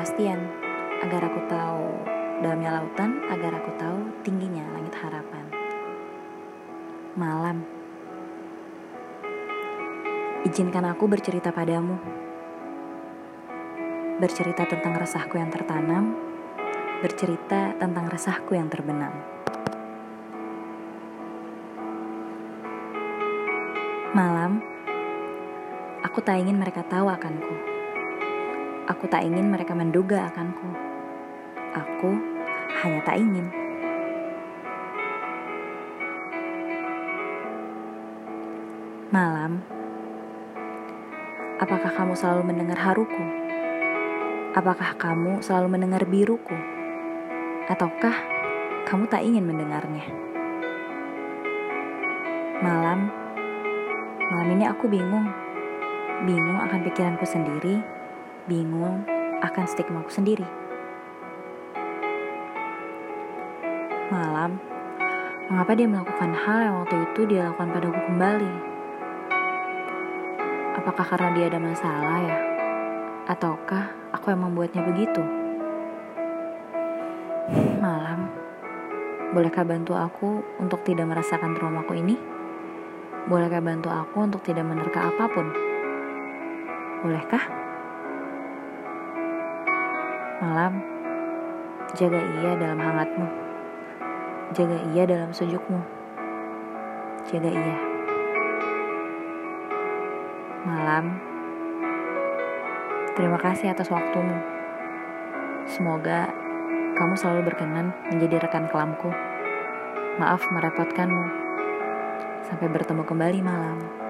kepastian, agar aku tahu dalamnya lautan, agar aku tahu tingginya langit harapan. Malam, izinkan aku bercerita padamu. Bercerita tentang resahku yang tertanam, bercerita tentang resahku yang terbenam. Malam, aku tak ingin mereka tahu akanku. Aku tak ingin mereka menduga akanku. Aku hanya tak ingin. Malam, apakah kamu selalu mendengar haruku? Apakah kamu selalu mendengar biruku? Ataukah kamu tak ingin mendengarnya? Malam ini aku bingung. Bingung akan pikiranku sendiri, bingung akan stigmaku sendiri. Malam, mengapa dia melakukan hal yang waktu itu dia lakukan padaku kembali? Apakah karena dia ada masalah ya? Ataukah aku yang membuatnya begitu? Malam, bolehkah bantu aku untuk tidak merasakan traumaku ini? Bolehkah bantu aku untuk tidak menerka apapun? Bolehkah? Malam, jaga ia dalam hangatmu. Jaga ia dalam sejukmu. Jaga ia. Malam, terima kasih atas waktumu. Semoga kamu selalu berkenan menjadi rekan kelamku. Maaf merepotkanmu. Sampai bertemu kembali malam.